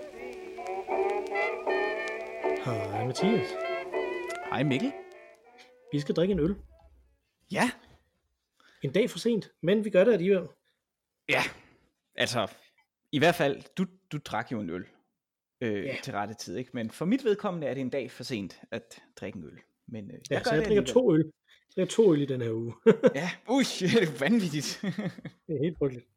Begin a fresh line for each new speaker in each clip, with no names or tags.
Hej Mathias.
Hej Mikkel.
Vi skal drikke en øl.
Ja.
En dag for sent, men vi gør det alligevel.
Ja, altså i hvert fald, du drak jo en øl til rette tid, ikke? Men for mit vedkommende er det en dag for sent at drikke en øl. Men
jeg drikker 2 øl. Jeg drikker 2 øl i den her uge.
Ja, det er vanvittigt.
Det er helt frygteligt.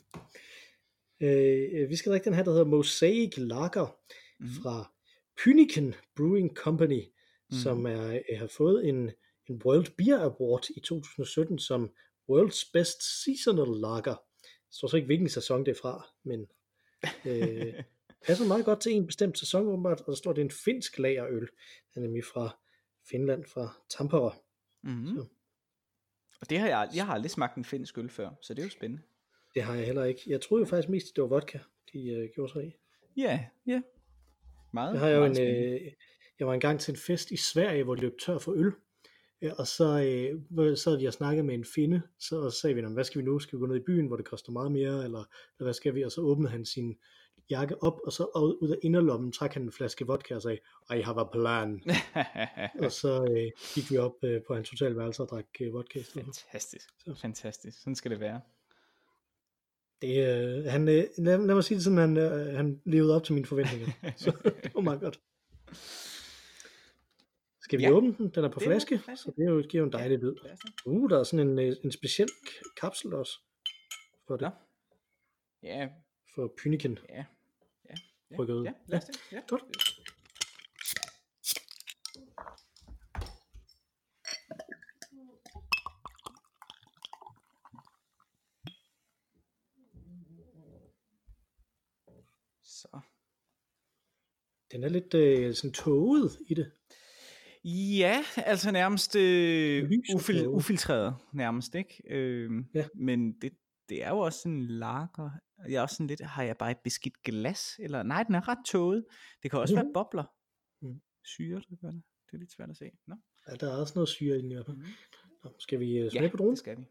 Vi skal drikke den her, der hedder Mosaic Lager fra Pyniken Brewing Company, som har fået en World Beer Award i 2017 som World's Best Seasonal Lager. Der står så ikke, hvilken sæson det er fra, men passer meget godt til en bestemt sæson, åbenbart, og der står, det er en finsk lagerøl. Den er nemlig fra Finland, fra Tampere.
Så. Og det har jeg har aldrig smagt en finsk øl før, så det er jo spændende.
Det har jeg heller ikke. Jeg troede jo faktisk mest, det var vodka, de gjorde sig i.
Ja. Meget.
Jeg var engang til en fest i Sverige, hvor de løb tør for øl. Og så sad vi og snakkede med en finne, så sagde vi, hvad skal vi nu? Skal vi gå ned i byen, hvor det koster meget mere, eller hvad skal vi? Og så åbnede han sin jakke op, og så ud af inderlommen trak han en flaske vodka og sagde, I have a plan. Og så gik vi op på hans hotelværelse og drak vodka.
Fantastisk. Sådan skal det være.
Lad mig sige det sådan, han levede op til mine forventninger. Så det var meget godt. Skal vi åbne den? Den er på flaske, så det giver jo en dejlig lyd. Der er sådan en speciel kapsel også for det.
Ja.
For Pyniken.
Ja.
Rykket ud.
Ja.
Godt.
Så. Den
er lidt sådan tåget i det.
Ja, altså nærmest ufiltreret nærmest, ikke? Men det er jo også en lager. Jeg er også sådan lidt, har jeg bare et beskidt glas? Eller nej, den er ret tåget. Det kan også være bobler. Syre, der gør det. Det er lidt svært at se. Nå.
Ja, der er også noget syre i den i hvert fald. Skal vi smage på dronen?
Det skal vi.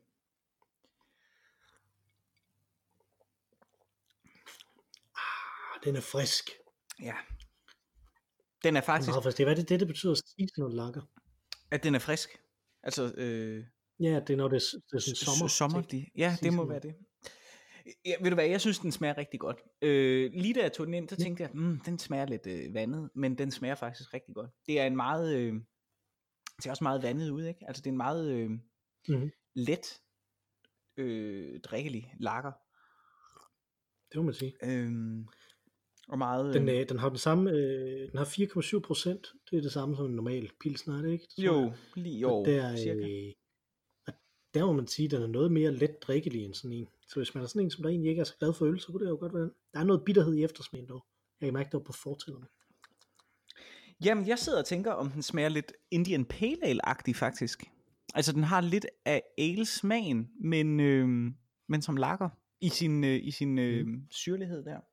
Den er frisk.
Ja. Den er faktisk...
Hvad er det betyder at sige sådan noget lager?
At den er frisk. Altså...
Ja, det er når det er sådan sommer.
Ja, det må være det. Ja, ved du hvad, jeg synes den smager rigtig godt. Lige da jeg tog den ind, så tænkte jeg, den smager lidt vandet, men den smager faktisk rigtig godt. Det er en meget... det er også meget vandet ud, ikke? Altså det er en meget let drikkelig lager.
Det må man sige.
Og meget,
den har den samme, den har 4,7%. Det er det samme som en normal pilsner, er det ikke?
Cirka.
Der må man sige, at den er noget mere let drikkelig end sådan en. Så hvis man er sådan en, som der egentlig ikke er så glad for øl, så kunne det jo godt være. Der er noget bitterhed i eftersmagen dog. Jeg kan mærke det på fortællerne.
Jamen, jeg sidder og tænker, om den smager lidt Indian Pale Ale-agtig faktisk. Altså, den har lidt af ale-smagen, men som lager i sin syrlighed der.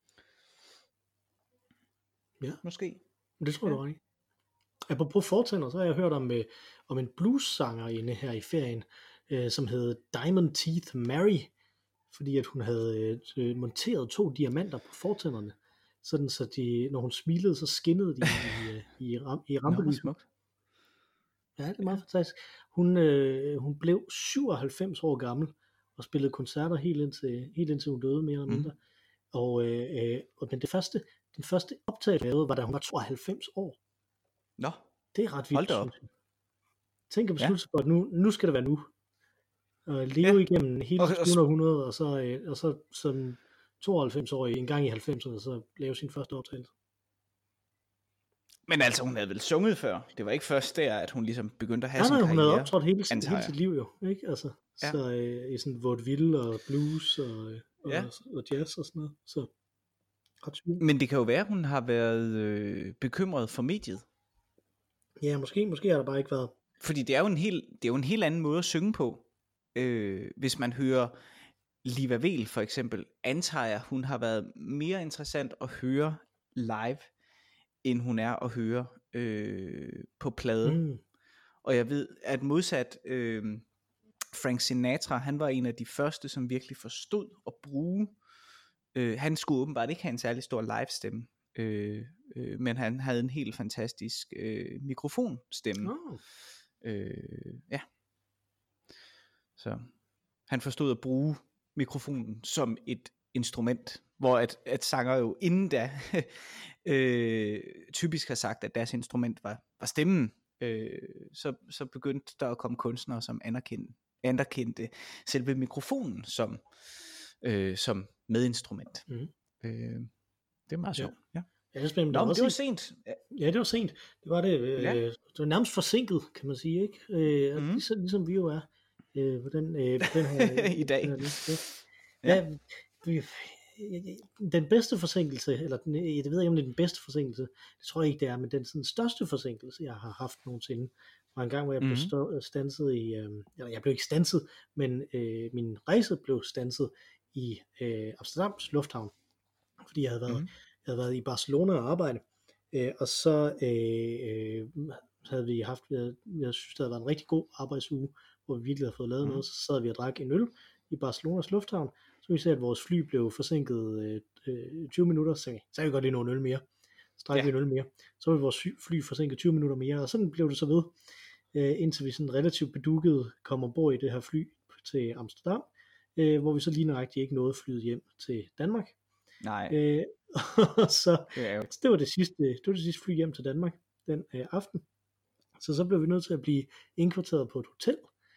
Ja.
Måske.
Det tror jeg du ikke. Apropos fortæller, så har jeg hørt om en blues-sangerinde her i ferien, som hed Diamond Teeth Mary, fordi at hun havde monteret 2 diamanter på fortænderne, sådan så når hun smilede, så skinnede de i rampelyset. Ja, det er meget fantastisk. Hun blev 97 år gammel og spillede koncerter helt indtil hun døde, mere eller mindre. Men den første optagelse, jeg lavede, var da hun var 92 år.
Nå.
Det er ret vildt.
Hold da op.
Tænk at beslutte sig på, at nu skal det være nu. Og leve igennem hele 100, og så som 92-årig en gang i 90'erne, så lave sin første optagelse.
Men altså, hun havde vel sunget før? Det var ikke først der, at hun ligesom begyndte at have sin karriere?
Hun havde optrådt hele sit liv jo, ikke? Altså, så i sådan vaudeville og blues og jazz og sådan noget. Så
men det kan jo være, at hun har været bekymret for mediet.
Ja, måske har der bare ikke været.
Fordi det er jo en helt anden måde at synge på. Hvis man hører Liva Vel for eksempel, antager jeg, hun har været mere interessant at høre live, end hun er at høre på plade. Og jeg ved, at modsat Frank Sinatra, han var en af de første, som virkelig forstod at bruge Han skulle åbenbart ikke have en særlig stor livestemme, men han havde en helt fantastisk mikrofonstemme. Ja. Så han forstod at bruge mikrofonen som et instrument, hvor at sanger jo inden da typisk har sagt, at deres instrument var stemmen. Så begyndte der at komme kunstnere, som anerkendte selve mikrofonen som medinstrument. Det er meget sjovt. Ja.
Ja, det er spændende.
Nå, men det var sent.
Ja, det var sent. Det var det. Det var nærmest forsinket, kan man sige, ikke? Ligesom vi jo er på den her
i dag.
Den bedste forsinkelse, eller jeg ved ikke om det er den bedste forsinkelse, det tror jeg ikke det er, men den sådan, største forsinkelse jeg har haft nogensinde, var en gang hvor jeg blev standset i, eller jeg blev ikke standset, men min rejse blev standset i Amsterdams lufthavn, fordi jeg havde været i Barcelona og arbejde, og så havde vi haft, jeg synes det havde været en rigtig god arbejdsuge, hvor vi virkelig havde fået lavet noget, så sad vi og drak en øl i Barcelonas lufthavn, så vi ser, at vores fly blev forsinket 20 minutter, så kan vi godt lige nå en øl mere, så drak vi en øl mere, så var vores fly forsinket 20 minutter mere, og sådan blev det så ved, indtil vi sådan relativt bedukket kom ombord i det her fly til Amsterdam, hvor vi så lige nøjagtigt ikke nåede flyet hjem til Danmark.
Nej.
Så det var det sidste fly hjem til Danmark den aften. Så blev vi nødt til at blive indkvarteret på et hotel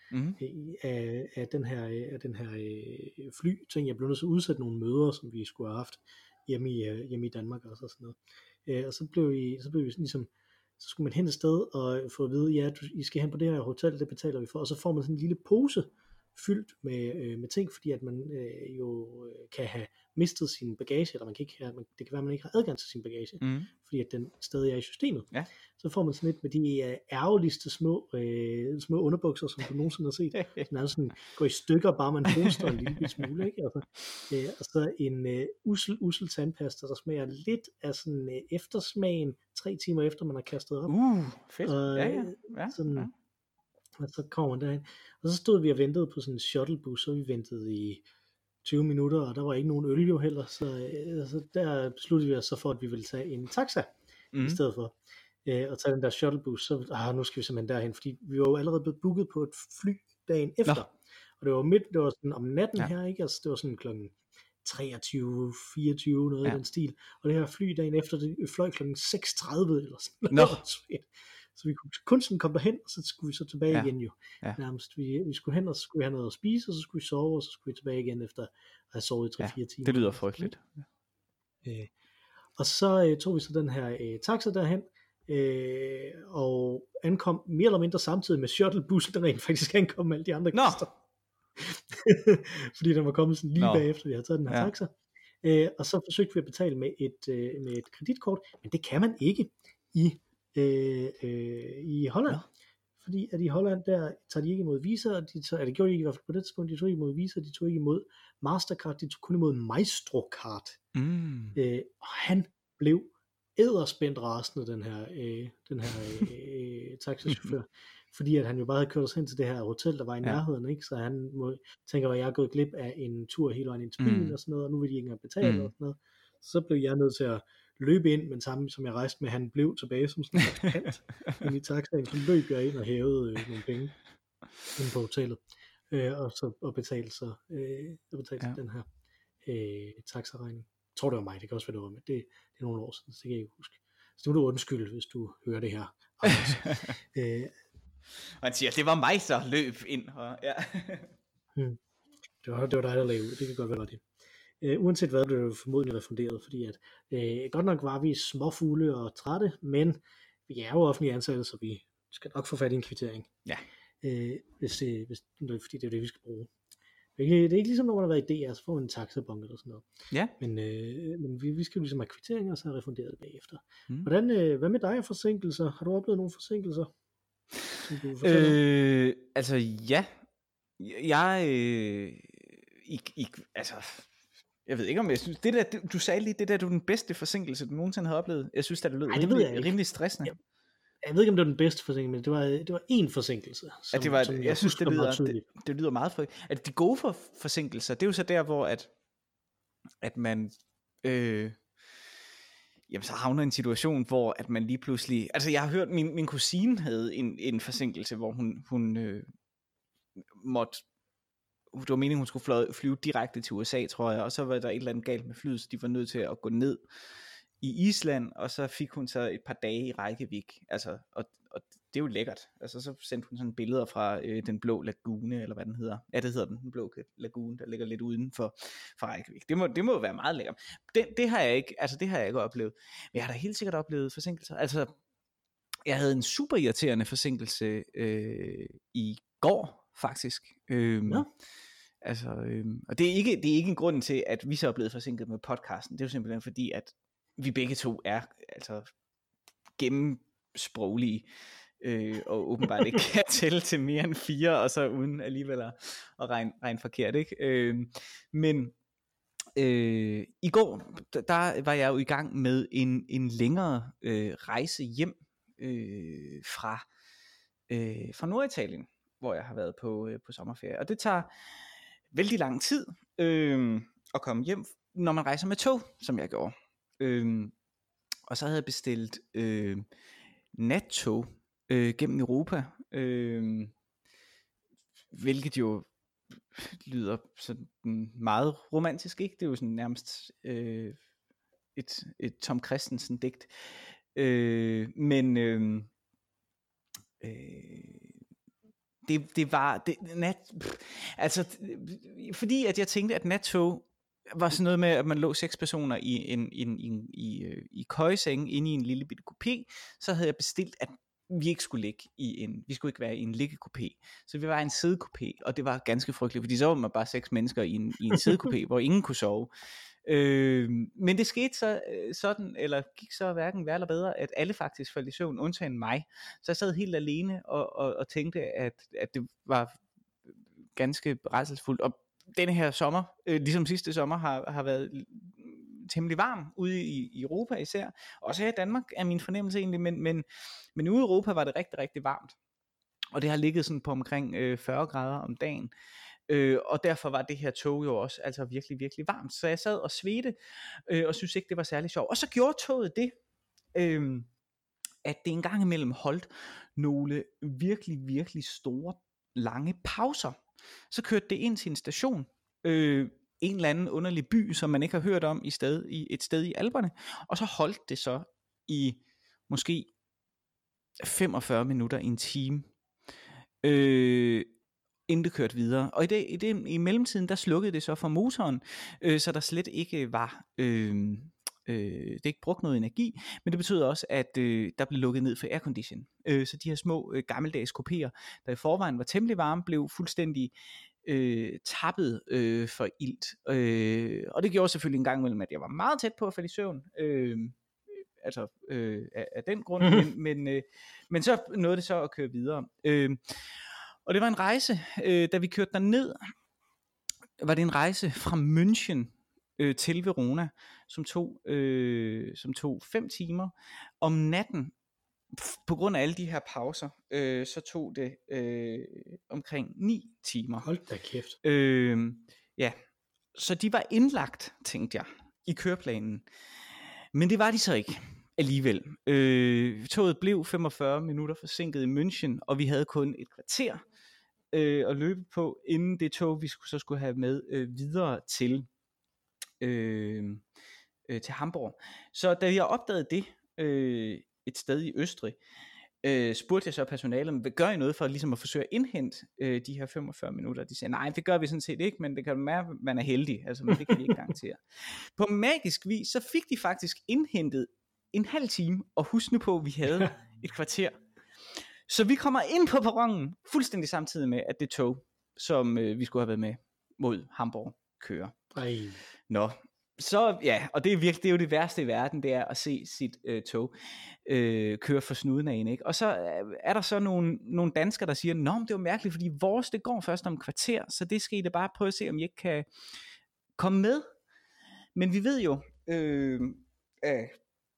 af den her fly-ting. Jeg blev nødt til at udsætte nogle møder, som vi skulle have haft hjemme i Danmark også og sådan noget. Og så blev vi ligesom, så skulle man hen et sted og få at vide, ja, I skal hen på det her hotel, det betaler vi for, og så får man sådan en lille pose fyldt med ting, fordi at man jo kan have mistet sin bagage, eller man kan ikke have, det kan være, at man ikke har adgang til sin bagage, fordi at den stadig er i systemet. Ja. Så får man sådan lidt med de ærgerligste små underbukser, som du nogensinde har set, som er sådan, går i stykker, bare man hoster en lille smule, ikke? Altså, og så en ussel tandpasta, der smager lidt af sådan eftersmagen, 3 timer efter man har kastet op.
Fedt.
Sådan, og så kommer man derhen, og så stod vi og ventede på sådan en shuttlebus, så vi ventede i 20 minutter, og der var ikke nogen øl jo heller, så der besluttede vi os så for, at vi ville tage en taxa, i stedet for at tage den der shuttlebus, så nu skal vi simpelthen derhen, fordi vi var jo allerede blevet booket på et fly dagen efter, og det var sådan om natten her, ikke? Altså det var sådan klokken 23, 24, noget af den stil, og det her fly dagen efter, det fløj klokken 6:30 eller sådan noget. Så vi kunne kun sådan komme derhen, og så skulle vi så tilbage igen jo. Nærmest. Vi skulle hen, og så skulle vi have noget at spise, og så skulle vi sove, og så skulle vi tilbage igen efter at have sovet i 3-4 timer.
Det lyder frygteligt.
Og så tog vi så den her taxa derhen, og ankom mere eller mindre samtidig med shuttlebussen, der rent faktisk ankom med alle de andre gæster. Fordi den var kommet sådan lige bagefter, vi havde taget den her taxa. Og så forsøgte vi at betale med et kreditkort, men det kan man ikke i Holland, fordi at i Holland der tager de ikke imod Visa, og det gjorde de ikke i hvert fald på det tidspunkt, de tog ikke imod Visa, de tog ikke imod Mastercard, de tog kun imod Maestro-card. Og han blev edderspændt rasende, den her taxichauffør, fordi at han jo bare havde kørt os hen til det her hotel, der var i nærheden, ikke? Så han tænker, at jeg er gået glip af en tur hele vejen ind til byen og sådan noget, og nu vil de ikke engang betale og sådan noget. Så blev jeg nødt til at løbe ind, men sammen som jeg rejste med, han blev tilbage som sådan en kant ind i taxaen, så løb jeg ind og hævede nogle penge inde på hotellet, og betalte den her taxaregning. Jeg tror det var mig, det kan også være det var, men det er nogle år siden, så det kan jeg ikke huske. Så nu er du undskyld, hvis du hører det her.
Og han siger, det var mig, så løb ind. Og,
det var dig, der lavede det, kan godt være det. Uanset hvad, blev det formodentlig refunderet, fordi at godt nok var vi småfugle og trætte, men vi er jo offentlige ansatte, så vi skal nok få fat i en kvittering.
Ja.
Fordi det er det, vi skal bruge. Det er ikke ligesom, når man har været i DR, så får man en taxabonk eller sådan noget.
Ja.
Men vi skal jo ligesom have kvitteringer, og så have refunderet det bagefter. Hvad med dig og forsinkelser? Har du oplevet nogle forsinkelser?
Altså ja. Jeg ved ikke om jeg synes, det der, du sagde lige, det der du den bedste forsinkelse, du nogensinde havde oplevet. Jeg synes, at det lød rimelig stressende.
Jeg ved ikke, om det var den bedste forsinkelse, men det var én forsinkelse.
Jeg synes, det lyder meget for. At de gode forsinkelser, det er jo så der, hvor at at man jamen så havner i en situation, hvor at man lige pludselig, altså jeg har hørt, min kusine havde en forsinkelse, hvor hun måtte, det var meningen, hun skulle flyve direkte til USA, tror jeg, og så var der et eller andet galt med flyet, så de var nødt til at gå ned i Island, og så fik hun så et par dage i Reykjavik, altså, og det er jo lækkert, altså så sendte hun sådan billeder fra den blå lagune, eller hvad den hedder, ja det hedder den blå lagune, der ligger lidt uden for Reykjavik, det må være meget lækkert, det har jeg ikke oplevet, men jeg har da helt sikkert oplevet forsinkelser, altså, jeg havde en super irriterende forsinkelse i går, faktisk,
Ja.
altså, og det er ikke en grund til, at vi så er blevet forsinket med podcasten, det er jo simpelthen fordi, at vi begge to er altså gennemsproglige, og åbenbart ikke kan tælle til mere end 4, og så uden alligevel at regne forkert, ikke? Men i går, der var jeg jo i gang med en længere rejse hjem fra Norditalien, hvor jeg har været på sommerferie, og det tager vældig lang tid at komme hjem, når man rejser med tog, som jeg gjorde. Og så havde jeg bestilt nattog gennem Europa, hvilket jo lyder sådan meget romantisk, ikke? Det er jo sådan nærmest et Tom Christensen digt, men det var altså fordi at jeg tænkte, at nattog var sådan noget med, at man lå 6 personer i køjeseng inde i en lille bitte kupé, så havde jeg bestilt, at vi ikke skulle ligge vi skulle ikke være i en liggekupé, så vi var i en siddekupé, og det var ganske frygteligt, fordi så var man bare 6 mennesker i en siddekupé, hvor ingen kunne sove. Men det skete så sådan, eller gik så hverken værre eller bedre, at alle faktisk faldt i søvn, undtagen mig. Så jeg sad helt alene og tænkte, at det var ganske rædselsfuldt. Og denne her sommer, ligesom sidste sommer, har været temmelig varm ude i Europa især. Også her i Danmark er min fornemmelse egentlig, men ude i Europa var det rigtig, rigtig varmt. Og det har ligget sådan på omkring 40 grader om dagen. Og derfor var det her tog jo også altså virkelig, virkelig varmt. Så jeg sad og svedte, og synes ikke, det var særlig sjovt. Og så gjorde toget det, at det en gang imellem holdt nogle virkelig, virkelig store, lange pauser. Så kørte det ind til en station, en eller anden underlig by, som man ikke har hørt om et sted i Alperne, og så holdt det så i måske 45 minutter, en time, inden det kørte videre. Og i mellemtiden, der slukkede det så for motoren, så der slet ikke var det ikke brugt noget energi, men det betød også, at der blev lukket ned for aircondition. Så de her små gammeldags kopéer, der i forvejen var temmelig varme, blev fuldstændig tappet for ilt. Og det gjorde selvfølgelig en gang imellem, at jeg var meget tæt på at falde i søvn. Af den grund, men så nåede det så at køre videre. Og det var en rejse, da vi kørte derned, var det en rejse fra München til Verona, som tog 5 timer. Om natten, på grund af alle de her pauser, så tog det omkring 9 timer.
Hold da kæft.
Ja, så de var indlagt, tænkte jeg, i køreplanen. Men det var de så ikke alligevel. Toget blev 45 minutter forsinket i München, og vi havde kun et kvarter at løbe på, inden det tog, vi så skulle have med videre til Hamburg. Så da jeg opdagede det et sted i Østrig, spurgte jeg så personalet, gør I noget for ligesom at forsøge at indhente de her 45 minutter? De sagde, nej, det gør vi sådan set ikke, men det kan være, at man er heldig, altså, men det kan vi ikke garantere. På magisk vis, så fik de faktisk indhentet en halv time, og husk nu på, at vi havde et kvarter. Så vi kommer ind på perronen, fuldstændig samtidig med, at det tog, som vi skulle have været med mod Hamburg, kører.
Ej.
Nå, så ja, og det er jo det værste i verden, det er at se sit tog køre for snuden af en, ikke? Og så er der så nogle danskere, der siger, nå, det var mærkeligt, fordi vores, det går først om et kvarter, så det skal I da bare prøve at se, om I ikke kan komme med. Men vi ved jo,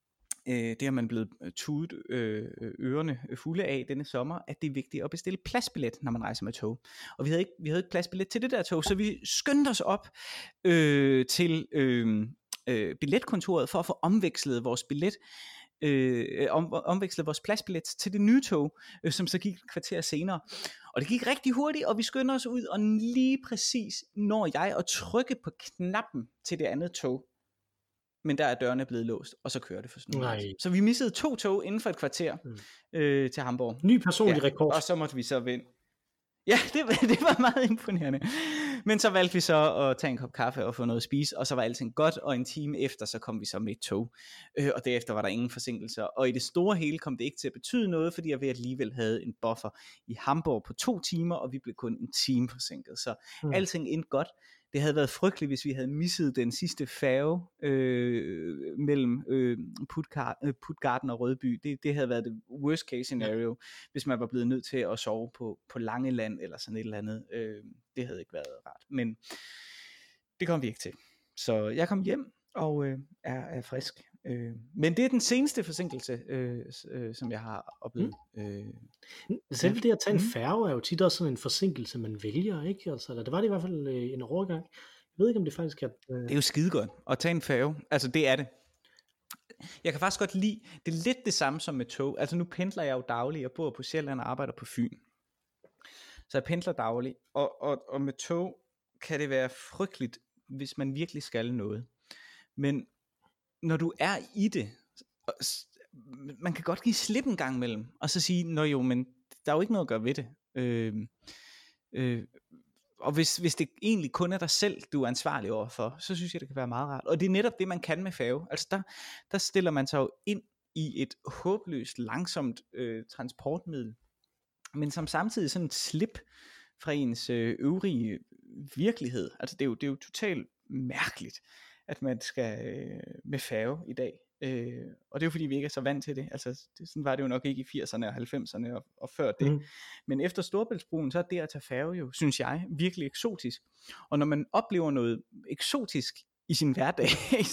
det har man blevet tudet ørerne fulde af denne sommer, at det er vigtigt at bestille pladsbillet, når man rejser med tog. Og vi havde ikke pladsbillet til det der tog, så vi skyndte os op til billetkontoret for at få omvekslet vores billet, omvekslet vores pladsbillet til det nye tog, som så gik et kvarter senere. Og det gik rigtig hurtigt, og vi skynder os ud, og lige præcis når jeg at trykke på knappen til det andet tog, men der er dørene blevet låst, og så kører det for sådan noget. Så vi missede 2 tog inden for et kvarter til Hamburg.
Ny personlig rekord.
Og så måtte vi så vinde. Ja, det var meget imponerende. Men så valgte vi så at tage en kop kaffe og få noget at spise, og så var alting godt, og en time efter, så kom vi så med et tog. Og derefter var der ingen forsinkelser. Og i det store hele kom det ikke til at betyde noget, fordi jeg alligevel havde en buffer i Hamburg på 2 timer, og vi blev kun en time forsinket. Så alting endte godt. Det havde været frygteligt, hvis vi havde misset den sidste færge mellem Puttgarden og Rødby. Det havde været det worst case scenario, hvis man var blevet nødt til at sove på Langeland eller sådan et eller andet. Det havde ikke været rart. Men det kom vi ikke til. Så jeg kom hjem og er frisk. Men det er den seneste forsinkelse, som jeg har oplevet.
Selv det at tage en færge er jo tit også sådan en forsinkelse, man vælger, ikke? Altså, eller det var det i hvert fald en overgang. Jeg ved ikke, om det faktisk er...
Det er jo skidegodt at tage en færge. Altså, det er det. Jeg kan faktisk godt lide, det er lidt det samme som med tog. Altså, nu pendler jeg jo dagligt. Jeg bor på Sjælland og arbejder på Fyn. Så jeg pendler dagligt. Og med tog kan det være frygteligt, hvis man virkelig skal noget. Men når du er i det, man kan godt give slip en gang imellem, og så sige, nå jo, men der er jo ikke noget at gøre ved det. Og hvis det egentlig kun er dig selv, du er ansvarlig overfor, så synes jeg, det kan være meget rart. Og det er netop det, man kan med færge. Altså der stiller man sig jo ind i et håbløst, langsomt transportmiddel, men som samtidig sådan et slip fra ens øvrige virkelighed. Altså det er jo totalt mærkeligt, at man skal med færge i dag. Og det er jo fordi vi ikke er så vant til det. Altså sådan var det jo nok ikke i 80'erne og 90'erne og før det. Men efter Storebæltsbroen, så er det at tage færge jo, synes jeg, virkelig eksotisk. Og når man oplever noget eksotisk i sin hverdag,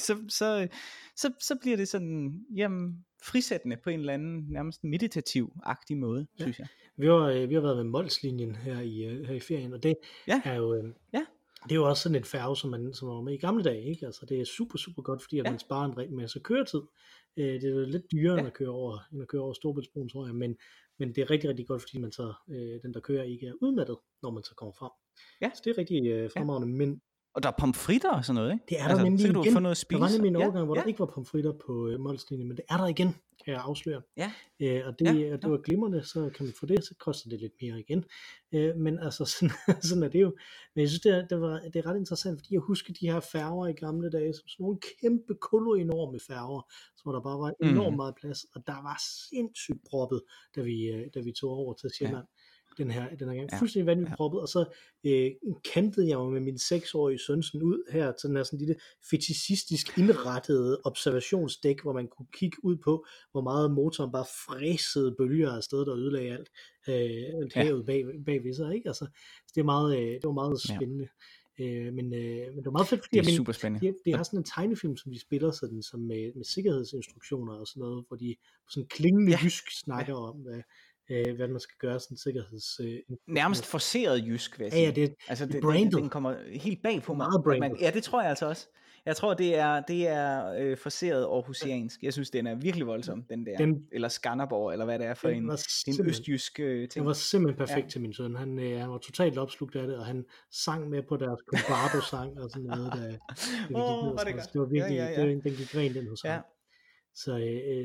så bliver det sådan, jamen, frisættende på en eller anden nærmest meditativ-agtig måde, synes jeg.
Vi har været med Molslinjen her i ferien, og det er jo... Det er jo også sådan en færge, som var med i gamle dage, ikke? Altså det er super, super godt, fordi at man sparer en masse køretid. Det er jo lidt dyrere end at køre over Storebæltsbroen, tror jeg, men det er rigtig, rigtig godt, fordi man så, den der kører ikke er udmattet, når man så kommer frem. Så det er rigtig fremragende, men... Og
der er pomfritter og sådan noget, ikke?
Det er der nemlig igen. Få noget at spise. Der var nemlig en overgang, hvor der ikke var pomfritter på Molslinjen, men det er der igen, kan jeg afsløre. Og det var glimrende, så kan man få det, så koster det lidt mere igen. Men altså, sådan er det jo. Men jeg synes, det er ret interessant, fordi jeg husker de her færger i gamle dage, som sådan nogle kæmpe enorme færger, hvor der bare var enormt meget plads, og der var sindssygt proppet, da vi tog over til Sjælland. Den her gang fuldstændig vanvittigt proppet, og så kantede jeg med min 6-årige søn sådan ud her til den her sådan lille fetishistisk indrettede observationsdæk, hvor man kunne kigge ud på, hvor meget motoren bare fræsede bølger af sted, der ødelagde alt havet bagved sig, ikke? Altså, det var meget spændende. Men det var meget fedt, fordi det har sådan en tegnefilm, som de spiller sådan, som med sikkerhedsinstruktioner og sådan noget, hvor de på sådan klingende jysk snakker om, hvad man skal gøre sådan sikkerheds...
nærmest forceret jysk, vil jeg sige.
Ja, det
altså,
den
kommer helt bag på mig.
Meget
ja, det tror jeg altså også. Jeg tror, det er forceret aarhusiansk. Jeg synes, den er virkelig voldsom, den der. Eller Skanderborg, eller hvad det er for en østjysk ting.
Det var simpelthen perfekt til min søn. Han var totalt opslugt af det, og han sang med på deres Combardo-sang og sådan noget. Det var virkelig, den gik rent ind hos ham. Så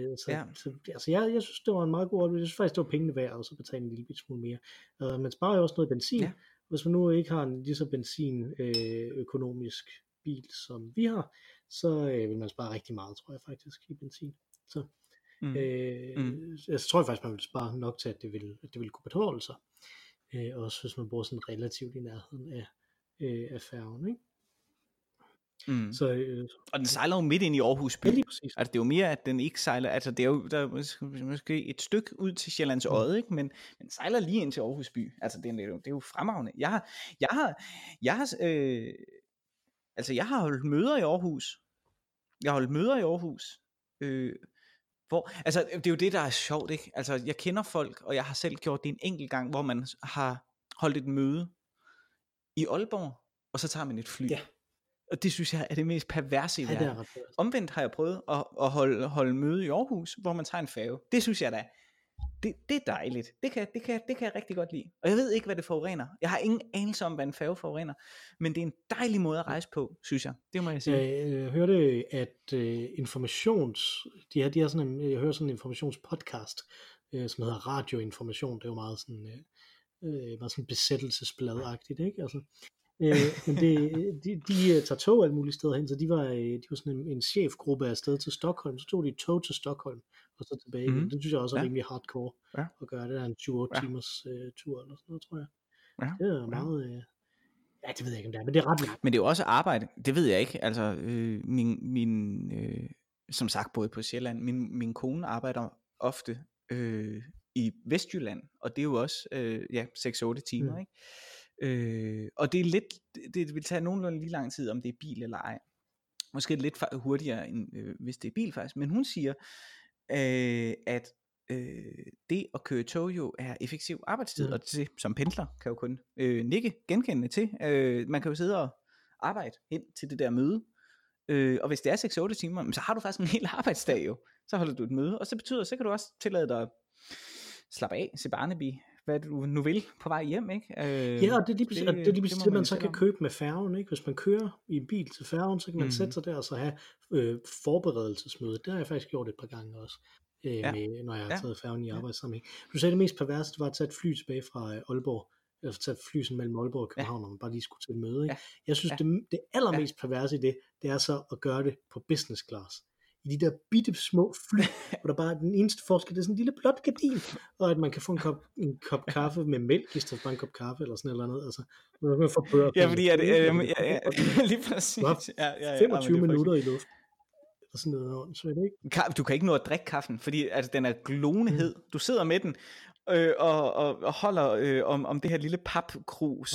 jeg synes, det var en meget god oplevelse. Jeg synes faktisk, det var pengene værd, og så betale en lille bit smule mere. Man sparer jo også noget benzin. Hvis man nu ikke har en lige så benzinøkonomisk bil, som vi har, så vil man spare rigtig meget, tror jeg faktisk, i benzin. Så jeg tror faktisk, man vil spare nok til, at det vil kunne betale sig. Også hvis man bor sådan relativt i nærheden af færgen, ikke?
Så, og den sejler jo midt ind i Aarhus by. Altså det er jo mere at den ikke sejler, altså det er jo der er måske et stykke ud til Sjællands Odde, ikke? Men den sejler lige ind til Aarhus by. Altså det er jo fremragende. Jeg har holdt møder i Aarhus. Altså, det er jo det, der er sjovt, ikke? Altså, jeg kender folk, og jeg har selv gjort det en enkelt gang, hvor man har holdt et møde i Aalborg, og så tager man et fly.
Ja.
Og det synes jeg er det mest perverse i verden.
Det er ret perverse.
Omvendt har jeg prøvet at holde møde i Aarhus, hvor man tager en færge. Det synes jeg da, det er dejligt. Det kan jeg rigtig godt lide. Og jeg ved ikke, hvad det forurener. Jeg har ingen anelse om, hvad en færge forurener. Men det er en dejlig måde at rejse på, synes jeg. Det må jeg sige.
Jeg hørte, at de har sådan jeg hører sådan en informationspodcast, som hedder Radioinformation. Det er jo meget sådan besættelsesbladagtigt, ikke? Altså, men de tager tog alle mulige steder hen, så de var sådan en chefgruppe af sted til Stockholm, så tog de et tog til Stockholm, og så tilbage igen. Det synes jeg også er rimelig hardcore at gøre. Det er en 20-8 timers tur, eller sådan noget, tror jeg. Det er meget... Ja, det ved jeg ikke, om det er, men det er ret langt.
Men det er jo også arbejde, det ved jeg ikke. Altså, som sagt, både på Sjælland, min kone arbejder ofte i Vestjylland, og det er jo også 6-8 timer, ikke? Og det er lidt, det vil tage nogenlunde lige lang tid, om det er bil eller ej. Måske lidt hurtigere, end hvis det er bil faktisk. Men hun siger, at det at køre tog jo er effektiv arbejdstid, og det som pendler kan jo kun nikke genkendende til. Man kan jo sidde og arbejde hen til det der møde, og hvis det er 6-8 timer, så har du faktisk en hel arbejdsdag jo. Så holder du et møde, og så betyder, så kan du også tillade dig at slappe af, se Barnaby, hvad du nu vil på vej hjem, ikke?
Ja, og det er lige præcis det, man så kan købe med færgen, ikke? Hvis man kører i en bil til færgen, så kan man sætte sig der og så have forberedelsesmøde. Det har jeg faktisk gjort et par gange også, når jeg har taget færgen i arbejdssammenhæng. Du sagde, det mest perverse, det var at tage et fly tilbage fra Aalborg, eller tage et fly mellem Aalborg og København, når man bare lige skulle til et møde, ikke? Jeg synes, det allermest perverse i det er så at gøre det på business class. I de der bitte små fly, hvor der bare er den eneste forskel, det er sådan en lille blåt gardin, og at man kan få en kop kaffe med mælk, i stedet for en kop kaffe, eller sådan eller andet, altså, man kan få bøger.
Ja, fordi lige præcis.
25 minutter i luft, eller sådan noget, så er det ikke?
Du kan ikke nå at drikke kaffen, fordi altså, den er glående hed. Du sidder med den, og holder om det her lille papkrus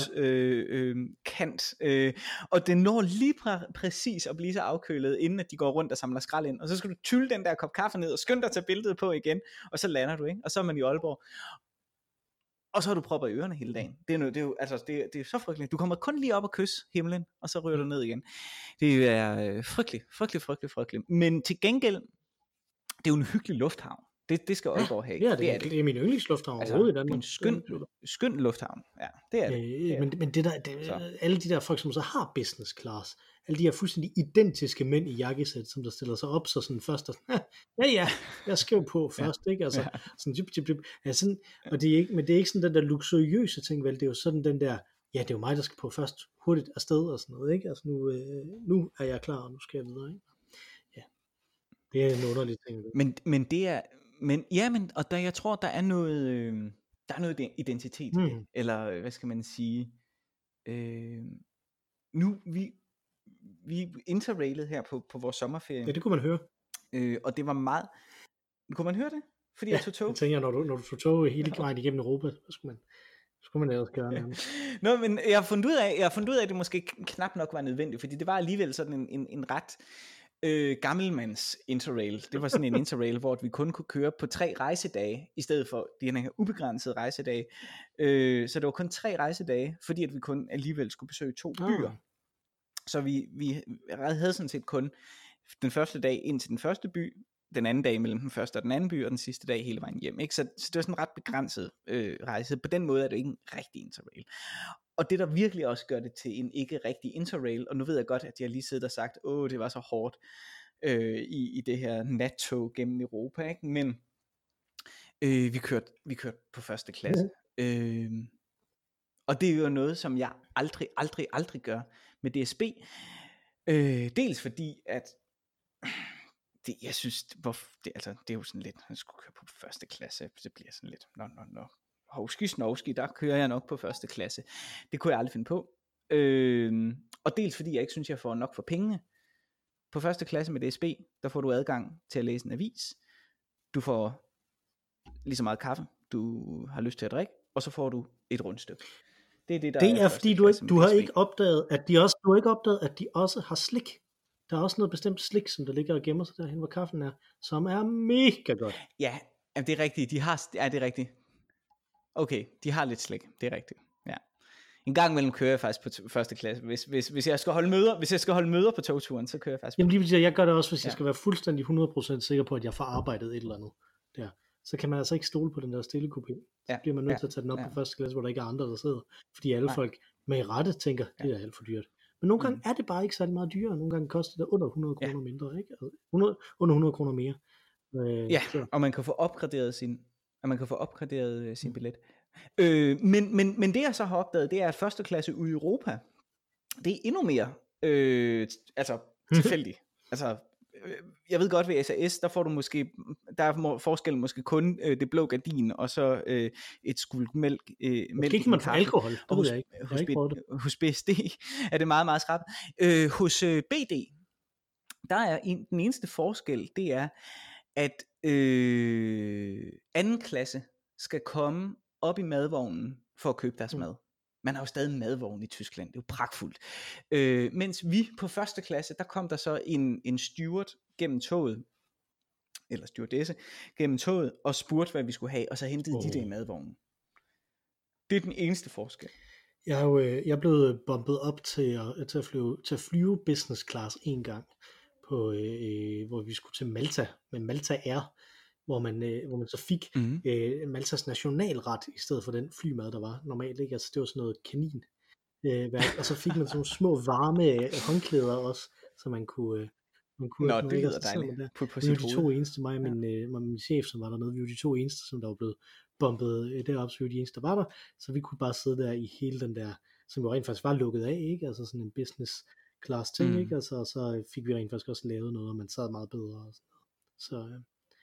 kant, og den når lige præcis at blive så afkølet, inden at de går rundt og samler skrald ind, og så skal du tylle den der kop kaffe ned, og skynde dig at tage billedet på igen, og så lander du, ikke? Og så er man i Aalborg, og så har du propper i ørerne hele dagen. Det er så frygteligt. Du kommer kun lige op og kysse himlen, og så ryger du ned igen. Det er frygteligt. Men til gengæld, det er jo en hyggelig lufthavn. Det skal Aalborg have.
Ja, det er min yndlingslufthavn overhovedet i Danmark.
En skøn lufthavn. Ja, det er det.
Men alle de der folk, som så har business class, alle de her fuldstændig identiske mænd i jakkesæt, som der stiller sig op, så sådan først, jeg skriver på først, ikke? Altså, sådan, sådan, og det er ikke, men det er ikke sådan den der luksuriøse ting, vel? Det er jo sådan den der, det er jo mig, der skal på først hurtigt afsted og sådan noget, ikke? Altså nu er jeg klar, og nu skal jeg videre, ikke? Ja, det er en underlig ting.
Men det er, og jeg tror, der er noget identitet i det, eller hvad skal man sige, nu vi interrailede her på vores sommerferie.
Ja, det kunne man høre.
Og det var meget, kunne man høre det? Fordi jeg tog tog?
Jeg tænker, når du tog tog hele vejen igennem Europa, så skulle man ellers gøre nærmest.
Nå, men jeg har fundet ud af, at det måske knap nok var nødvendigt, fordi det var alligevel sådan en ret gammelmands interrail. Det var sådan en interrail, hvor vi kun kunne køre på 3 rejsedage, i stedet for de her ubegrænsede rejsedage. Så det var kun 3 rejsedage, fordi at vi kun alligevel skulle besøge 2 byer. Så vi havde sådan set kun den første dag ind til den første by, den anden dag mellem den første og den anden by, og den sidste dag hele vejen hjem. Ikke? Så det var sådan en ret begrænset rejse. På den måde er det ikke en rigtig interrail. Og det der virkelig også gør det til en ikke rigtig interrail, og nu ved jeg godt, at jeg lige siddet og sagt, det var så hårdt i det her nattog gennem Europa, ikke? Men vi kørte på første klasse. Og det er jo noget, som jeg aldrig gør med DSB. Dels fordi, at jeg synes, det er jo sådan lidt, jeg skulle køre på første klasse, det bliver sådan lidt, hovski, der kører jeg nok på første klasse. Det kunne jeg aldrig finde på. Og dels fordi jeg ikke synes, jeg får nok for pengene. På første klasse med DSB, der får du adgang til at læse en avis. Du får lige så meget kaffe, du har lyst til at drikke, og så får du et rundstykke. Det er fordi du har ikke opdaget, at de også har slik.
der er også noget bestemt slik, som der ligger og gemmer sig derhen, hvor kaffen er, som er mega godt.
Ja, det er rigtigt. Det er rigtigt. Okay, de har lidt slik. Det er rigtigt. Ja. En gang imellem kører jeg faktisk på første klasse. Hvis jeg skal holde møder på togturen, så kører jeg faktisk.
Jamen lige jeg gør det også, hvis jeg skal være fuldstændig 100% sikker på, at jeg får arbejdet et eller andet der. Så kan man altså ikke stole på den der stille kupé. Så bliver man nødt til at tage den op på første klasse, hvor der ikke er andre, der sidder. Fordi alle folk med rette tænker, det er alt for dyrt. Men nogle gange er det bare ikke særlig meget dyrere. Nogle gange koster det under 100 kroner mindre, ikke? Altså, under 100 kroner mere.
Og man kan få opgraderet sin billet. Men det jeg så har opdaget, det er, at første klasse ude i Europa, det er endnu mere tilfældigt. Altså, jeg ved godt ved SAS, der får du måske, der er forskellen måske kun det blå gardin, og så et skvulp mælk.
Måske kan man få alkohol, det ved jeg ikke.
Hos BSD er det meget, meget skrabt. Hos BD, der er den eneste forskel, det er, at anden klasse skal komme op i madvognen for at købe deres mad. Man har jo stadig madvogn i Tyskland, det er jo pragtfuldt. Mens vi på første klasse, der kom der så en steward gennem toget, eller stewardesse gennem toget, og spurgte, hvad vi skulle have, og så hentede de det i madvognen. Det er den eneste forskel.
Jeg er blevet bumpet op til at flyve business class en gang, hvor vi skulle til Malta, med Malta Air, hvor man så fik Maltas nationalret i stedet for den flymad, der var normalt, ikke? Altså det var sådan noget kanin, og så fik man sådan nogle små varme håndklæder også, så man kunne
det lyder dejligt.
Vi var de to eneste, mig og min chef, som var dernede, vi var de to eneste, som der var blevet bumpet deroppe, så vi var de eneste, der var der, så vi kunne bare sidde der i hele den der, som jo rent faktisk var lukket af, ikke? Altså sådan en business class ting, ikke? Altså, og så fik vi rent faktisk også lavet noget, og man sad meget bedre og sådan noget. Så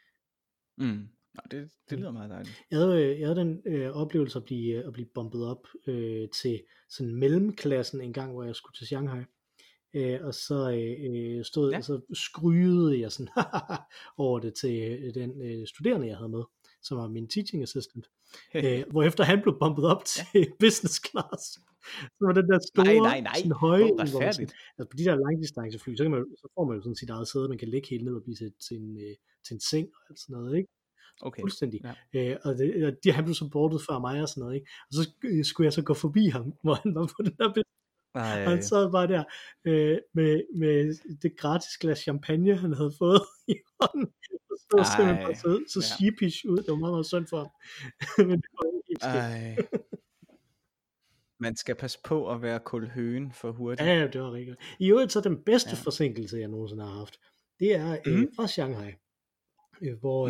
det lyder meget dejligt.
Jeg havde den oplevelse at blive bumpet op til sådan mellemklassen en gang, hvor jeg skulle til Shanghai. Og så så skrydede jeg sådan over det til den studerende, jeg havde med, som var min teaching assistant. Hvorefter han blev bumpet op til business class. Så var den der store, sådan høje, altså på de der langdistancefly, så får man jo sådan sit eget sæde, man kan lægge helt ned og blive til en seng og alt sådan noget, ikke?
Okay.
Fuldstændig. Ja. Og han blev så bortet før mig og sådan noget, ikke? Og så skulle jeg så gå forbi ham, hvor han var på den der business. Og han sad bare der med det gratis glas champagne, han havde fået i hånden. Og stod simpelthen bare så sheepish ud. Det var meget, meget synd for ham. Men det var helt skidt.
Man skal passe på at være kulhøen for hurtigt.
Ja, det var rigtigt. I øvrigt så den bedste forsinkelse, jeg nogensinde har haft, det er fra Shanghai. Hvor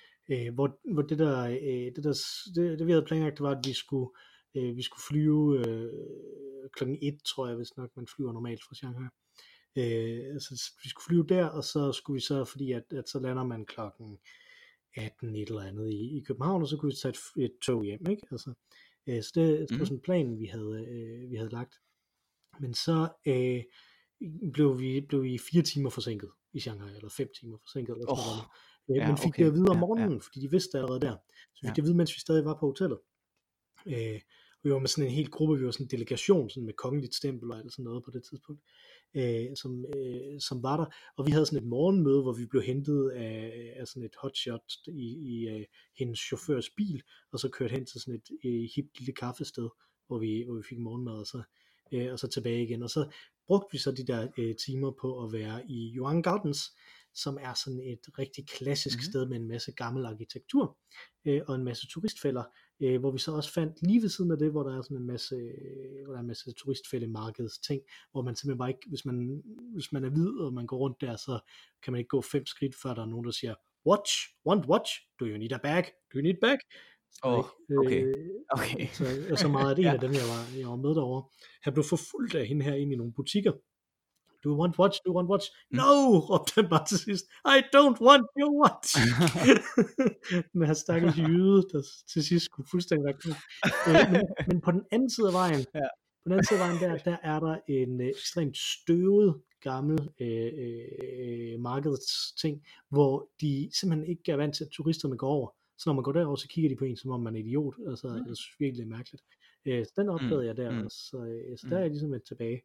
det vi havde planlagt, det var, at vi skulle flyve klokken 1, tror jeg, hvis nok man flyver normalt fra Shanghai. Så vi skulle flyve der, og så skulle vi så, fordi at så lander man klokken 18 et eller andet i København, og så kunne vi tage et tog hjem, ikke? Altså, så det var sådan en plan, vi havde lagt. Men så blev vi 4 timer forsinket i Shanghai, eller 5 timer forsinket, eller sådan noget. Men fik det at vide om morgenen, fordi de vidste det allerede der. Så fik det at vide, mens vi stadig var på hotellet. Vi var med sådan en hel gruppe, vi var sådan en delegation sådan med kongeligt stempel og alt sådan noget på det tidspunkt, som var der, og vi havde sådan et morgenmøde, hvor vi blev hentet af sådan et hotshot i hendes chaufførs bil, og så kørte hen til sådan et hipt lille kaffested, hvor vi fik morgenmad, og så tilbage igen, og så brugte vi så de der timer på at være i Yuan Gardens, som er sådan et rigtig klassisk sted med en masse gammel arkitektur og en masse turistfælder, hvor vi så også fandt lige ved siden af det, hvor der er sådan en masse turistfældemarkeds ting, hvor man simpelthen bare ikke, hvis man er hvid og man går rundt der, så kan man ikke gå 5 skridt, før der er nogen, der siger, want watch, do you need a bag,
Okay.
Så meget, at en af dem, jeg var med derovre, han blev forfulgt af hende her ind i nogle butikker. Do you want watch? No! råbte han bare til sidst. I don't want your watch! Den her stakkels jyde, der til sidst skulle fuldstændig være klub. Men på den anden side af vejen, der er der en ekstremt støvet gammel markedsting, hvor de simpelthen ikke er vant til, at turisterne går over. Så når man går derover, så kigger de på en, som om man er idiot. Altså, det er virkelig mærkeligt. Så den opdagede jeg der også. Så der er jeg ligesom lidt tilbage.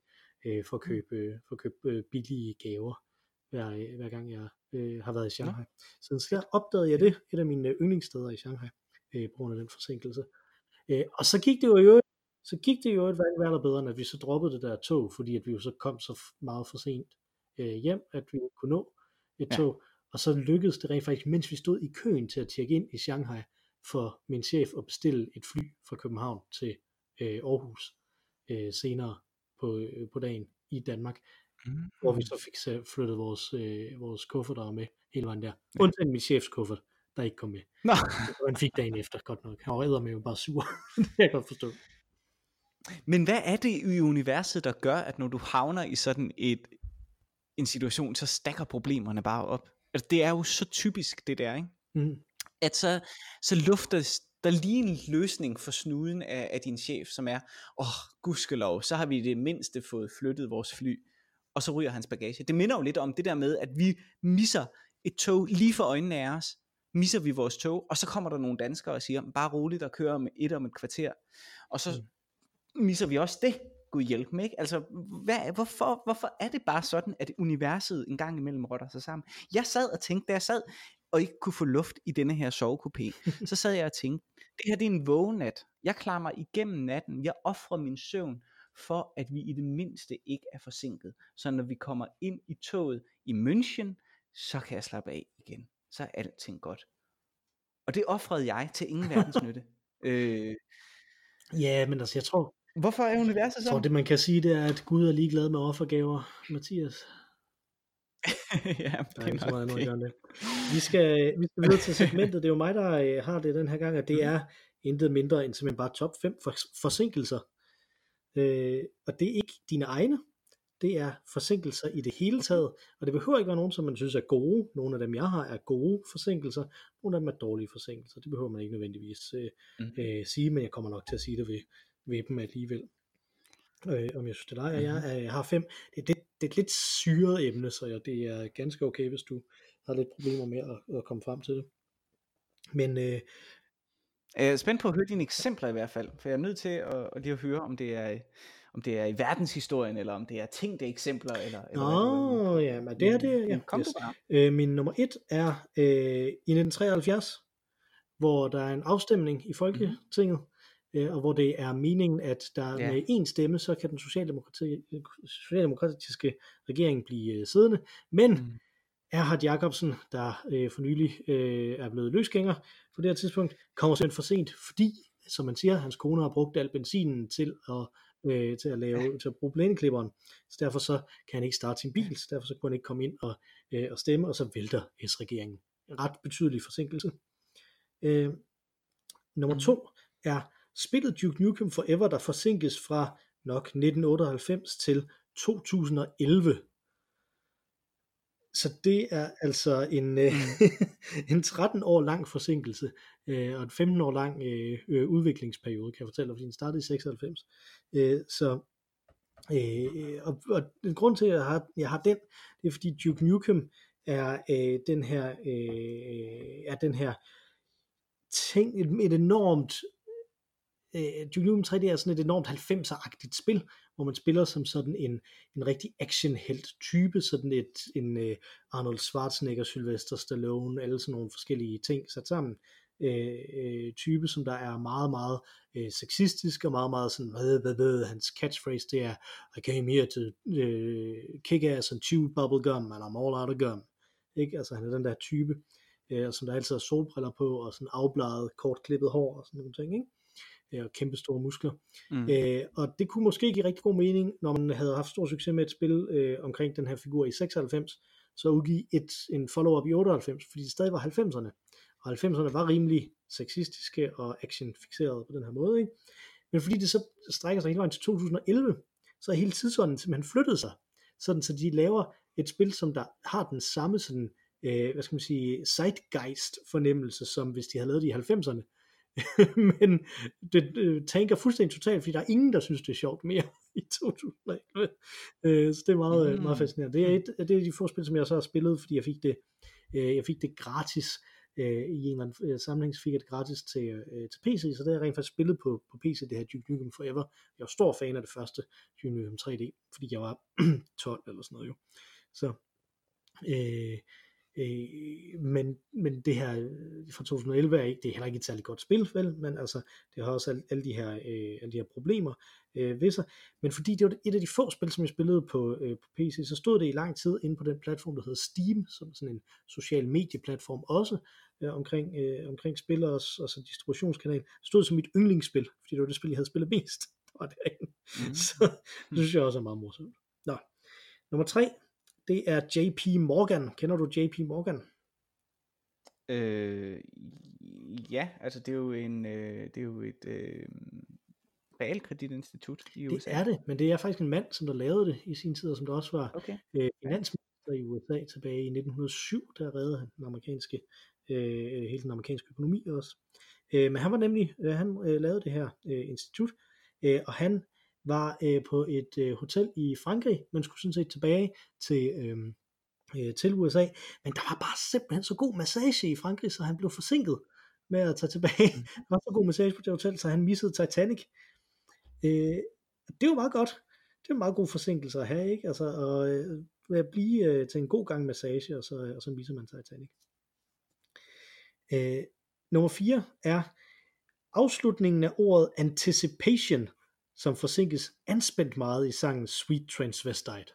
for at købe billige gaver, hver gang jeg har været i Shanghai. Så der opdagede jeg det, et af mine yndlingssteder i Shanghai, på grund af den forsinkelse. Og så gik det jo et værre bedre, end at vi så droppede det der tog, fordi at vi jo så kom så meget for sent hjem, at vi ikke kunne nå et tog. Og så lykkedes det rent faktisk, mens vi stod i køen til at tjekke ind i Shanghai, for min chef at bestille et fly fra København til Aarhus senere på dagen i Danmark, hvor vi så fik flyttet vores kufferter med hele vejen der. Undtagen min chefs kuffert, der ikke kom med. Og han fik dagen efter, godt nok. Han var eddermame jo bare sur. Det kan jeg godt forstå.
Men hvad er det i universet, der gør, at når du havner i sådan en situation, så stakker problemerne bare op? Altså, det er jo så typisk det der, ikke? At så lufter der lige en løsning for snuden af din chef, som er, gudskelov, så har vi det mindste fået flyttet vores fly, og så ryger hans bagage. Det minder jo lidt om det der med, at vi misser et tog lige for øjnene af os, misser vi vores tog, og så kommer der nogle danskere og siger, bare roligt, der kører om et kvarter, og så misser vi også det. Gud hjælp mig, ikke? Altså, hvorfor er det bare sådan, at universet en gang imellem rotter sig sammen? Jeg sad og tænkte, da jeg sad og ikke kunne få luft i denne her sovekupé, så sad jeg og tænkte, det her det er en vågenat. Jeg klarer mig igennem natten. Jeg ofrer min søvn for, at vi i det mindste ikke er forsinket. Så når vi kommer ind i toget i München, så kan jeg slappe af igen. Så er alting godt. Og det ofrede jeg til ingen verdens nytte.
Ja, men altså, jeg tror...
Hvorfor er universet sådan?
Jeg tror, det man kan sige, det er, at Gud er ligeglad med offergaver, Mathias.
Ja,
der er ikke så meget andet at det. Vi skal videre til segmentet. Det er jo mig, der har det den her gang, og det er intet mindre end simpelthen bare top 5 forsinkelser. Og det er ikke dine egne. Det er forsinkelser i det hele taget. Og det behøver ikke være nogen, som man synes er gode. Nogle af dem, jeg har, er gode forsinkelser. Nogle af dem er dårlige forsinkelser. Det behøver man ikke nødvendigvis sige, men jeg kommer nok til at sige det ved dem alligevel. Om jeg synes det er dig. Jeg har 5. Det er et lidt syret emne, så det er ganske okay, hvis du har lidt problemer med at komme frem til det. Men
jeg er spændt på at høre dine eksempler i hvert fald, for jeg er nødt til at lige at høre, om det er i verdenshistorien, eller om det er tænkte eksempler, eller
ja, men det er det. Ja.
Kom yes.
Min nummer 1 er i 1973, hvor der er en afstemning i Folketinget, og hvor det er meningen, at der med en stemme, så kan den socialdemokratiske regering blive siddende, men Erhard Jacobsen, der for nylig er blevet løsgænger på det her tidspunkt, kommer simpelthen for sent, fordi, som man siger, hans kone har brugt al benzinen til at bruge blæneklipperen, så derfor så kan han ikke starte sin bil, så derfor så kunne han ikke komme ind og stemme, og så vælter S-regeringen. En ret betydelig forsinkelse. Nummer 2 er spillet Duke Nukem Forever, der forsinkes fra nok 1998 til 2011. Så det er altså en 13 år lang forsinkelse, og en 15 år lang udviklingsperiode, kan jeg fortælle, fordi den startede i 96. Og den grund til, at jeg har den, det er fordi Duke Nukem er den her ting, et enormt Duke Nukem 3D er sådan et enormt 90'er-agtigt spil, hvor man spiller som sådan en rigtig actionhelt type, sådan en Arnold Schwarzenegger, Sylvester Stallone, alle sådan nogle forskellige ting sat sammen, type, som der er meget, meget sexistisk og meget, meget sådan, hans catchphrase, det er, I came here to kick ass and chew bubble gum, and I'm all out of gum. Ikke? Altså han er den der type, som der altid har solbriller på, og sådan afbladet, kort klippet hår og sådan nogle ting, ikke? Og kæmpe store muskler. Og det kunne måske give rigtig god mening, når man havde haft stor succes med et spil omkring den her figur i 96, så udgive en follow-up i 98, fordi det stadig var 90'erne. Og 90'erne var rimelig sexistiske og action-fixerede på den her måde, ikke? Men fordi det så strækker sig hele vejen til 2011, så er hele tidsånden simpelthen flyttet sig, sådan så de laver et spil, som der har den samme sådan, hvad skal man sige, zeitgeist fornemmelse, som hvis de havde lavet det i 90'erne. Men det tanker fuldstændig totalt, fordi der er ingen, der synes det er sjovt mere i 2011. Så det er meget fascinerende. Det er de få spil, som jeg så har spillet, fordi jeg fik det gratis i en eller anden sammenhæng, fik jeg det gratis til PC, så det har jeg rent faktisk spillet på PC, det her Duke Nukem Forever. Jeg var stor fan af det første Duke Nukem 3D, fordi jeg var 12 eller sådan noget jo. Så men det her fra 2011 det er heller ikke et særligt godt spil, vel? Men altså, det har også alle de her problemer ved sig. Men fordi det var et af de få spil, som jeg spillede på PC, så stod det i lang tid inde på den platform, der hedder Steam, som sådan en social medieplatform også, omkring spil og så distributionskanal. Det stod som mit yndlingsspil, fordi det var det spil, jeg havde spillet mest. Det var derinde. Så det synes jeg også er meget morsomt. Nå. Nummer 3, det er JP Morgan. Kender du JP Morgan?
Ja, altså det er jo et realkreditinstitut i USA.
Det er det, men det er faktisk en mand, som der lavede det i sin tid, og som der også var finansminister i USA tilbage i 1907, der reddede han hele den amerikanske økonomi også. Men han var nemlig, han lavede det her institut, og han var på et hotel i Frankrig, men skulle sådan set tilbage til USA, men der var bare simpelthen så god massage i Frankrig, så han blev forsinket med at tage tilbage. Der var så god massage på det hotel, så han missede Titanic. Det var meget godt. Det var en meget god forsinkelse at have, ikke? Altså at blive til en god gang massage, og så misser man Titanic. Nummer 4 er afslutningen af ordet anticipation, som forsinkes anspændt meget i sangen Sweet Transvestite.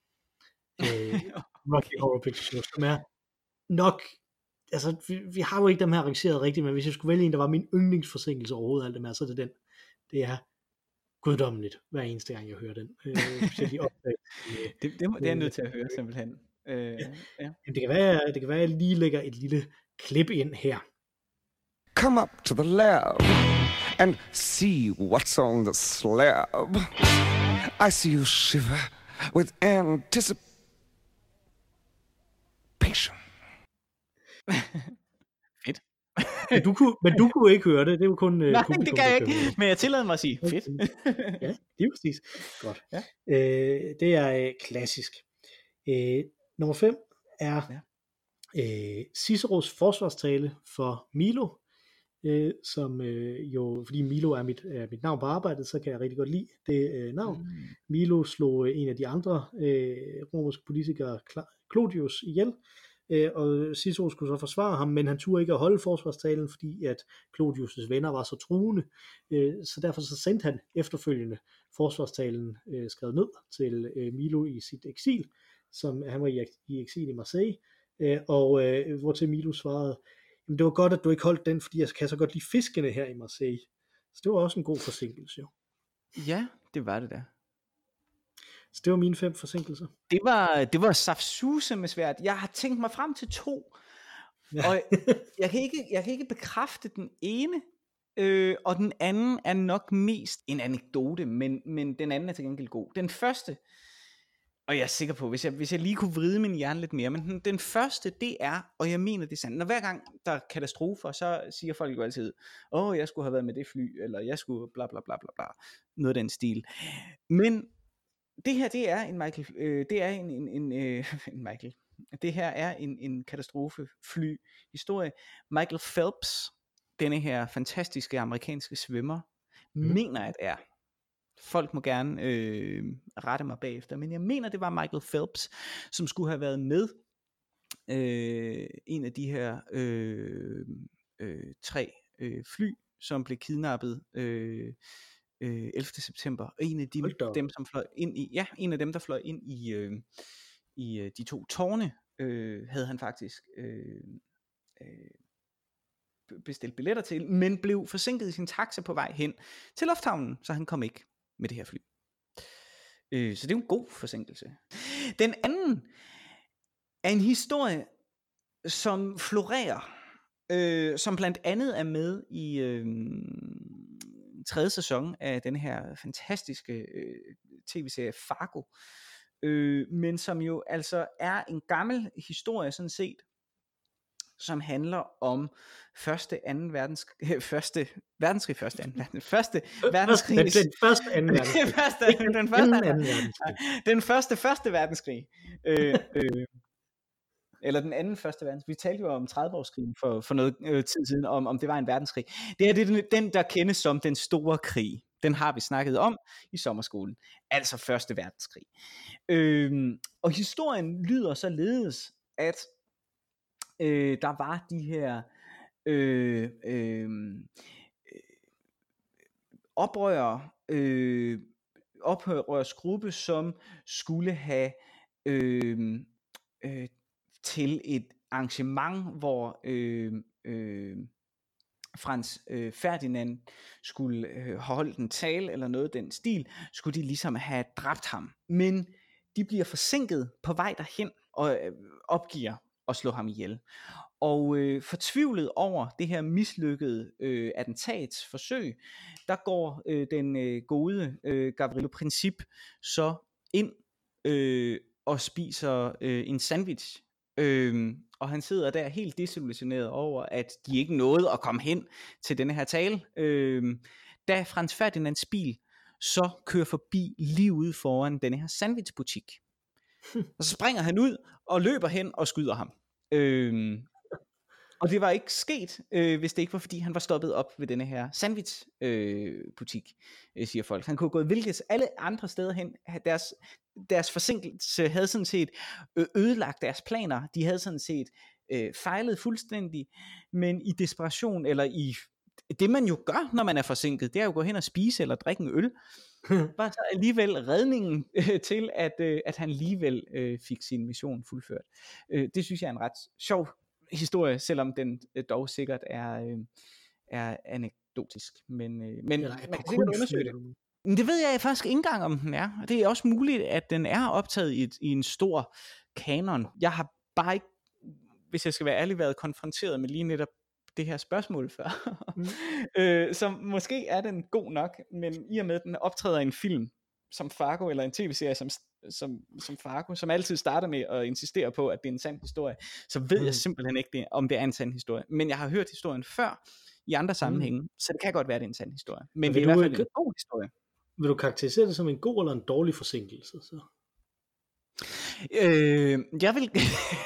Rocky Horror Picture Show, som er nok, altså vi har jo ikke dem her rangeret rigtigt, men hvis jeg skulle vælge en, der var min yndlingsforsinkelse overhovedet, alt det med, så er det den. Det er guddommeligt, hver eneste gang jeg hører den. Det
er jeg nødt til at høre simpelthen.
Ja. Det kan være, at jeg lige lægger et lille klip ind her.
Come up to the lab and see what's on the slab. I see you shiver with anticipation.
Fedt.
men du kunne ikke høre det. Det er jo kun
nej, det kan jeg ikke. Men jeg tillader mig at sige fedt.
Ja, det er præcis. Godt. Ja. Det er klassisk. Nummer 5 er Ciceros forsvarstale for Milo, som jo, fordi Milo er mit navn på arbejdet, så kan jeg rigtig godt lide det navn. Milo slog en af de andre romerske politikere, Clodius, ihjel, og Cicero skulle så forsvare ham, men han turde ikke at holde forsvarstalen, fordi at Clodius' venner var så truende, så derfor så sendte han efterfølgende forsvarstalen skrevet ned til Milo i sit eksil, som han var i eksil i Marseille, og hvortil Milo svarede, jamen det var godt, at du ikke holdt den, fordi jeg kan så godt lide fiskene her i Marseille. Så det var også en god forsinkelse jo.
Ja, det var det da.
Så det var mine 5 forsinkelser.
Det var saftsuseme med svært. Jeg har tænkt mig frem til 2. Ja. Og jeg kan ikke bekræfte den ene, og den anden er nok mest en anekdote, men den anden er til gengæld god. Den første, og jeg er sikker på, hvis jeg lige kunne vride min hjerne lidt mere, men den første, det er, og jeg mener det er sandt, når hver gang der er katastrofer, så siger folk jo altid, jeg skulle have været med det fly, eller jeg skulle bla bla bla bla bla, noget af den stil. Men det her, det er en Michael, Michael. Det her er en katastrofefly historie. Michael Phelps, denne her fantastiske amerikanske svømmer, mener at er. Folk må gerne rette mig bagefter, men jeg mener det var Michael Phelps, som skulle have været med en af de her 3 fly, som blev kidnappet 11. september, og en af dem, som fløj ind i, en af dem, der fløj ind i de 2 tårne, havde han faktisk bestilt billetter til, men blev forsinket i sin taxa på vej hen til lufthavnen, så han kom ikke med det her fly. Så det er en god forsinkelse. Den anden er en historie, som florerer, som blandt andet er med i 3. sæson af den her fantastiske tv-serie Fargo, men som jo altså er en gammel historie sådan set, som handler om første verdenskrig, den første verdenskrig. eller den anden første verdenskrig. Vi talte jo om 30-årskrigen for noget tid siden, om det var en verdenskrig. Det her, det er den, der kendes som den store krig. Den har vi snakket om i sommerskolen, altså første verdenskrig. Og historien lyder således, at der var de her oprørsgruppe, som skulle have til et arrangement, hvor Franz Ferdinand skulle holde en tale eller noget den stil, skulle de ligesom have dræbt ham. Men de bliver forsinket på vej derhen og opgiver at slå ham ihjel. Og fortvivlet over det her mislykkede attentatsforsøg, der går den gode Gavrilo Princip så ind og spiser en sandwich. Og han sidder der helt desillusioneret over, at de ikke nåede at komme hen til denne her tale. Da Franz Ferdinands bil så kører forbi lige ude foran denne her sandwichbutik. Og så springer han ud og løber hen og skyder ham. Og det var ikke sket, hvis det ikke var fordi han var stoppet op ved denne her sandwichbutik, siger folk. Han kunne gå hvilket alle andre steder hen. Deres forsinkelse havde sådan set ødelagt deres planer. De havde sådan set fejlet fuldstændig. Men i desperation, eller i det man jo gør, når man er forsinket, det er jo at gå hen og spise eller drikke en øl, var så alligevel redningen til, at han alligevel fik sin mission fuldført. Det synes jeg er en ret sjov historie, selvom den dog sikkert er anekdotisk. Men man kan sikkert undersøge det. Men det ved jeg faktisk ikke engang, om den er. Det er også muligt, at den er optaget i en stor kanon. Jeg har bare ikke, hvis jeg skal være ærlig, været konfronteret med lige netop det her spørgsmål før. Så måske er den god nok, men i og med, at den optræder i en film som Fargo, eller en tv-serie som Fargo, som altid starter med at insistere på, at det er en sand historie, så ved jeg simpelthen ikke, om det er en sand historie. Men jeg har hørt historien før, i andre sammenhænge, så det kan godt være, det er en sand historie. Men det er i hvert fald en god historie.
Vil du karakterisere det som en god eller en dårlig forsinkelse? Så?
Jeg vil...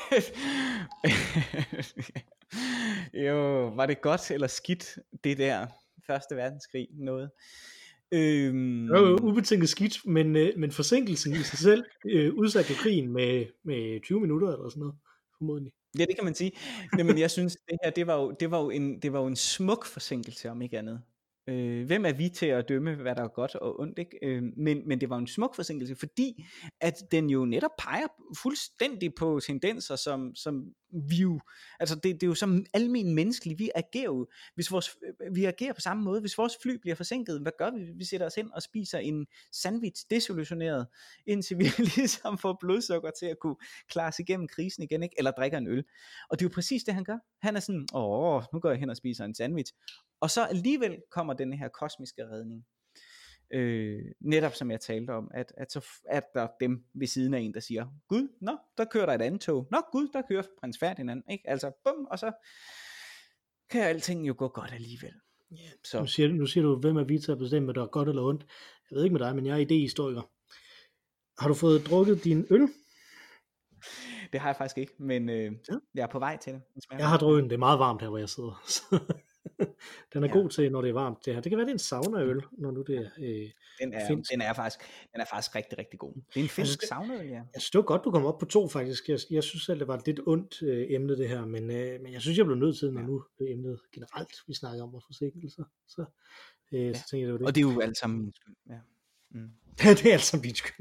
Jo, var det godt eller skidt, det der første verdenskrig noget?
Det var jo ubetinget skidt, men forsinkelsen i sig selv udsatte krigen med 20 minutter eller sådan noget, formodentlig.
Ja, det kan man sige. Men jeg synes, det her, det var jo en smuk forsinkelse, om ikke andet. Hvem er vi til at dømme, hvad der er godt og ondt, ikke? Men det var en smuk forsinkelse, fordi at den jo netop peger fuldstændig på tendenser, som vi jo, altså det er jo som almen menneskeligt, vi agerer på samme måde. Hvis vores fly bliver forsinket, hvad gør vi? Vi sætter os hen og spiser en sandwich desillusioneret, indtil vi ligesom får blodsukker til at kunne klare sig igennem krisen igen, ikke? Eller drikker en øl. Og det er jo præcis det, han gør. Han er sådan, nu går jeg hen og spiser en sandwich. Og så alligevel kommer den her kosmiske redning. Netop som jeg talte om, at så er der dem ved siden af en, der siger, Gud, der kører der et andet tog. Gud, der kører Prins Ferdinand, ikke? Altså, bum, og så kan alting jo gå godt alligevel.
Yeah. Så. Nu siger du, hvem er vi til at bestemme, hvad der er godt eller ondt? Jeg ved ikke med dig, men jeg er idehistoriker. Har du fået drukket din øl?
Det har jeg faktisk ikke, men jeg er på vej til det.
Jeg har drukket den, det er meget varmt her, hvor jeg sidder. Den er god til, når det er varmt. Det kan være, det er en saunaøl, når nu det er finsk.
Den er faktisk rigtig, rigtig god. Det er en finsk saunaøl, ja.
Jeg synes, det var godt, du kom op på 2, faktisk. Jeg synes selv, det var et lidt ondt emne, det her, men jeg synes, jeg blev nødt til, når nu emnet generelt, vi snakker om forsinkelser. Så tænker jeg, det var det.
Og det er jo alt sammen min skyld, ja.
Ja, det er alt sammen min skyld.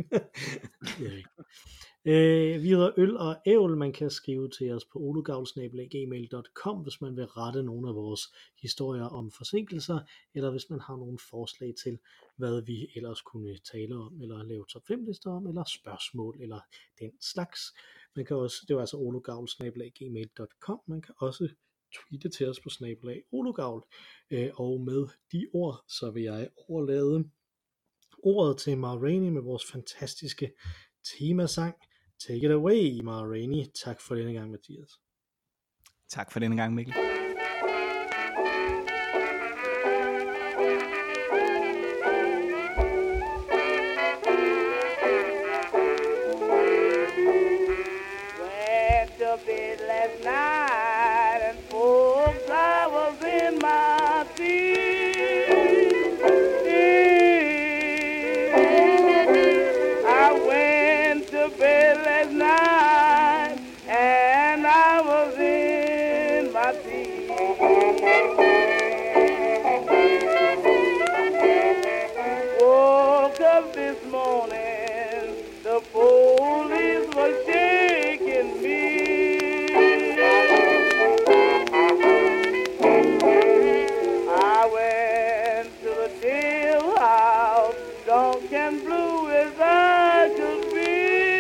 Vi hedder Øl og Ævl. Man kan skrive til os på olugavl@gmail.com, hvis man vil rette nogle af vores historier om forsinkelser, eller hvis man har nogle forslag til, hvad vi ellers kunne tale om, eller lave top 5 lister om, eller spørgsmål, eller den slags. Man kan også, det var altså olugavl@gmail.com. Man kan også tweete til os på @olugavl. Og med de ord, så vil jeg overlade ordet til Ma Rainey med vores fantastiske temasang. Take it away, Ma Rainey. Tak for denne gang, Mathias.
Tak for denne gang, Mikkel.
Wrapped up in night, and folks, I was in my teens. I went to bed last night, and I was in my teens. Woke up this morning, the police were shaking me. I went to the jailhouse, drunk and blue as I could be.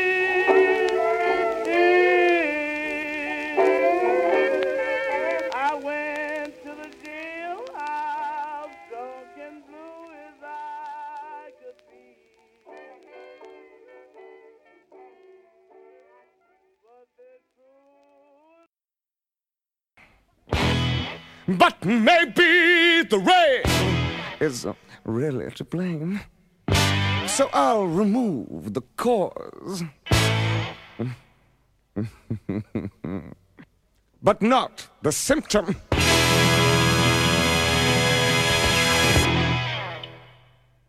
I went to the jailhouse, drunk and blue as I could be.
But maybe the rain is really to blame. So I'll remove the cause. But not the symptom.